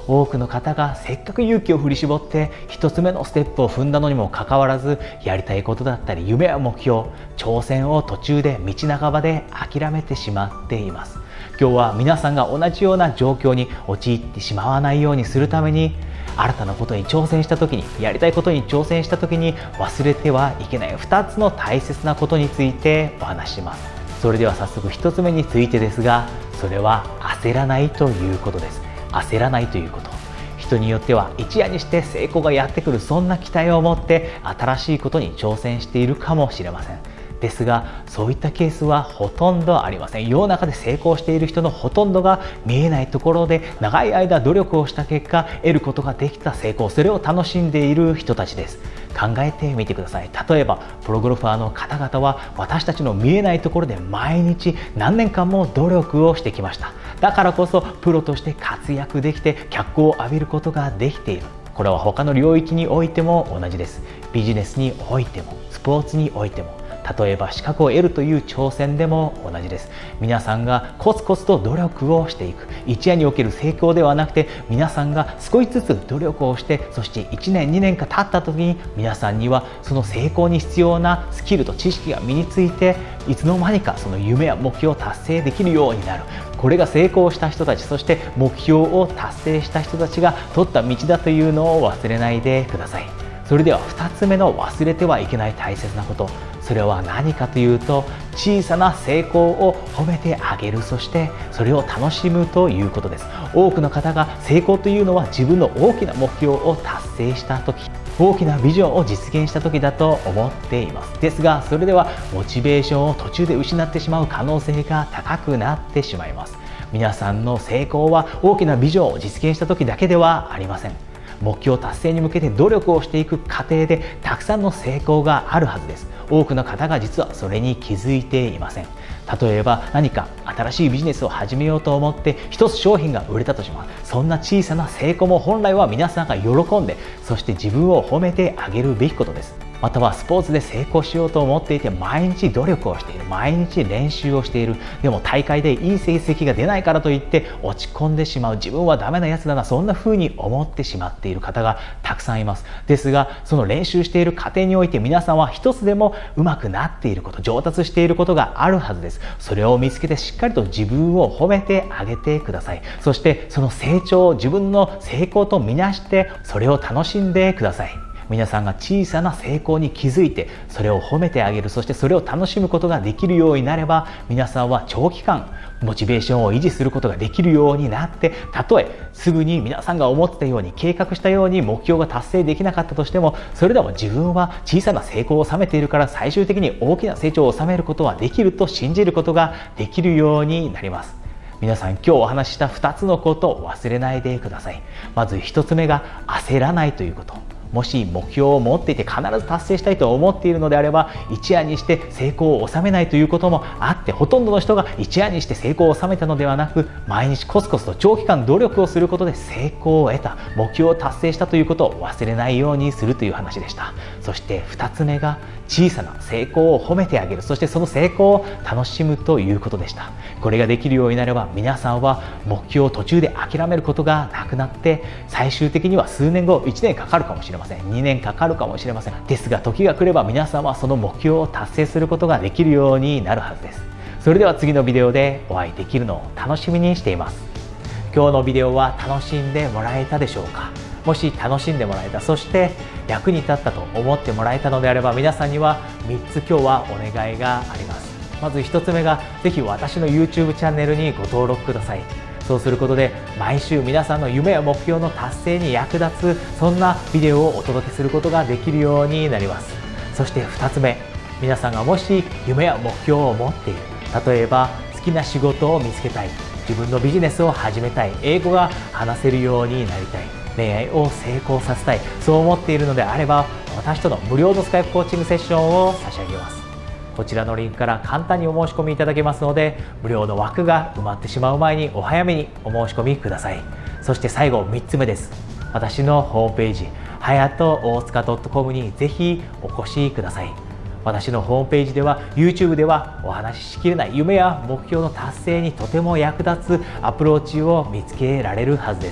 多くの方がせっかく勇気を振り絞って一つ目のステップを踏んだのにもかかわらず、やりたいことだったり夢や目標、挑戦を途中で道半ばで諦めてしまっています。今日は皆さんが同じような状況に陥ってしまわないようにするために、新たなことに挑戦した時に、やりたいことに挑戦した時に忘れてはいけない2つの大切なことについてお話しします。それでは早速1つ目についてですが、それは焦らないということです。焦らないということ。人によっては一夜にして成功がやってくる、そんな期待を持って新しいことに挑戦しているかもしれません。ですが、そういったケースはほとんどありません。世の中で成功している人のほとんどが見えないところで長い間努力をした結果得ることができた成功、それを楽しんでいる人たちです。考えてみてください。例えばプロゴルファーの方々は私たちの見えないところで毎日何年間も努力をしてきました。だからこそプロとして活躍できて脚光を浴びることができている。これは他の領域においても同じです。ビジネスにおいてもスポーツにおいても、例えば資格を得るという挑戦でも同じです。皆さんがコツコツと努力をしていく、一夜における成功ではなくて、皆さんが少しずつ努力をして、そして1年2年か経った時に皆さんにはその成功に必要なスキルと知識が身について、いつの間にかその夢や目標を達成できるようになる。これが成功した人たち、そして目標を達成した人たちが取った道だというのを忘れないでください。それでは2つ目の忘れてはいけない大切なこと、それは何かというと、小さな成功を褒めてあげる、そしてそれを楽しむということです。多くの方が成功というのは自分の大きな目標を達成した時、大きなビジョンを実現した時だと思っています。ですが、それではモチベーションを途中で失ってしまう可能性が高くなってしまいます。皆さんの成功は大きなビジョンを実現した時だけではありません。目標達成に向けて努力をしていく過程でたくさんの成功があるはずです。多くの方が実はそれに気づいていません。例えば何か新しいビジネスを始めようと思って一つ商品が売れたとします。そんな小さな成功も本来は皆さんが喜んで、そして自分を褒めてあげるべきことです。またはスポーツで成功しようと思っていて毎日努力をしている、毎日練習をしている、でも大会でいい成績が出ないからといって落ち込んでしまう、自分はダメなやつだな、そんな風に思ってしまっている方がたくさんいます。ですが、その練習している過程において皆さんは一つでも上手くなっていること、上達していることがあるはずです。それを見つけてしっかりと自分を褒めてあげてください。そしてその成長を自分の成功とみなしてそれを楽しんでください。皆さんが小さな成功に気づいてそれを褒めてあげる、そしてそれを楽しむことができるようになれば、皆さんは長期間モチベーションを維持することができるようになって、たとえすぐに皆さんが思ってたように計画したように目標が達成できなかったとしても、それでも自分は小さな成功を収めているから最終的に大きな成長を収めることはできると信じることができるようになります。皆さん、今日お話しした2つのことを忘れないでください。まず1つ目が焦らないということ。もし目標を持っていて必ず達成したいと思っているのであれば、一夜にして成功を収めないということもあって、ほとんどの人が一夜にして成功を収めたのではなく、毎日コツコツと長期間努力をすることで成功を得た、目標を達成したということを忘れないようにするという話でした。そして2つ目が小さな成功を褒めてあげる、そしてその成功を楽しむということでした。これができるようになれば、皆さんは目標を途中で諦めることがなくなって、最終的には数年後、1年かかるかもしれません、2年かかるかもしれません。ですが時が来れば皆さんはその目標を達成することができるようになるはずです。それでは次のビデオでお会いできるのを楽しみにしています。今日のビデオは楽しんでもらえたでしょうか。もし楽しんでもらえた、そして役に立ったと思ってもらえたのであれば、皆さんには3つ今日はお願いがあります。まず1つ目が、ぜひ私の YouTube チャンネルにご登録ください。そうすることで毎週皆さんの夢や目標の達成に役立つ、そんなビデオをお届けすることができるようになります。そして2つ目、皆さんがもし夢や目標を持っている、例えば好きな仕事を見つけたい、自分のビジネスを始めたい、英語が話せるようになりたい、恋愛を成功させたい、そう思っているのであれば、私との無料のスカイプコーチングセッションを差し上げます。こちらのリンクから簡単にお申し込みいただけますので、無料の枠が埋まってしまう前にお早めにお申し込みください。そして最後3つ目です。私のホームページ、はやと大塚 .com にぜひお越しください。私のホームページでは YouTube ではお話ししきれない夢や目標の達成にとても役立つアプローチを見つけられるはずです。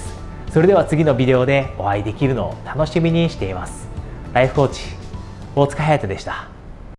それでは次のビデオでお会いできるのを楽しみにしています。ライフコーチ大塚隼人でした。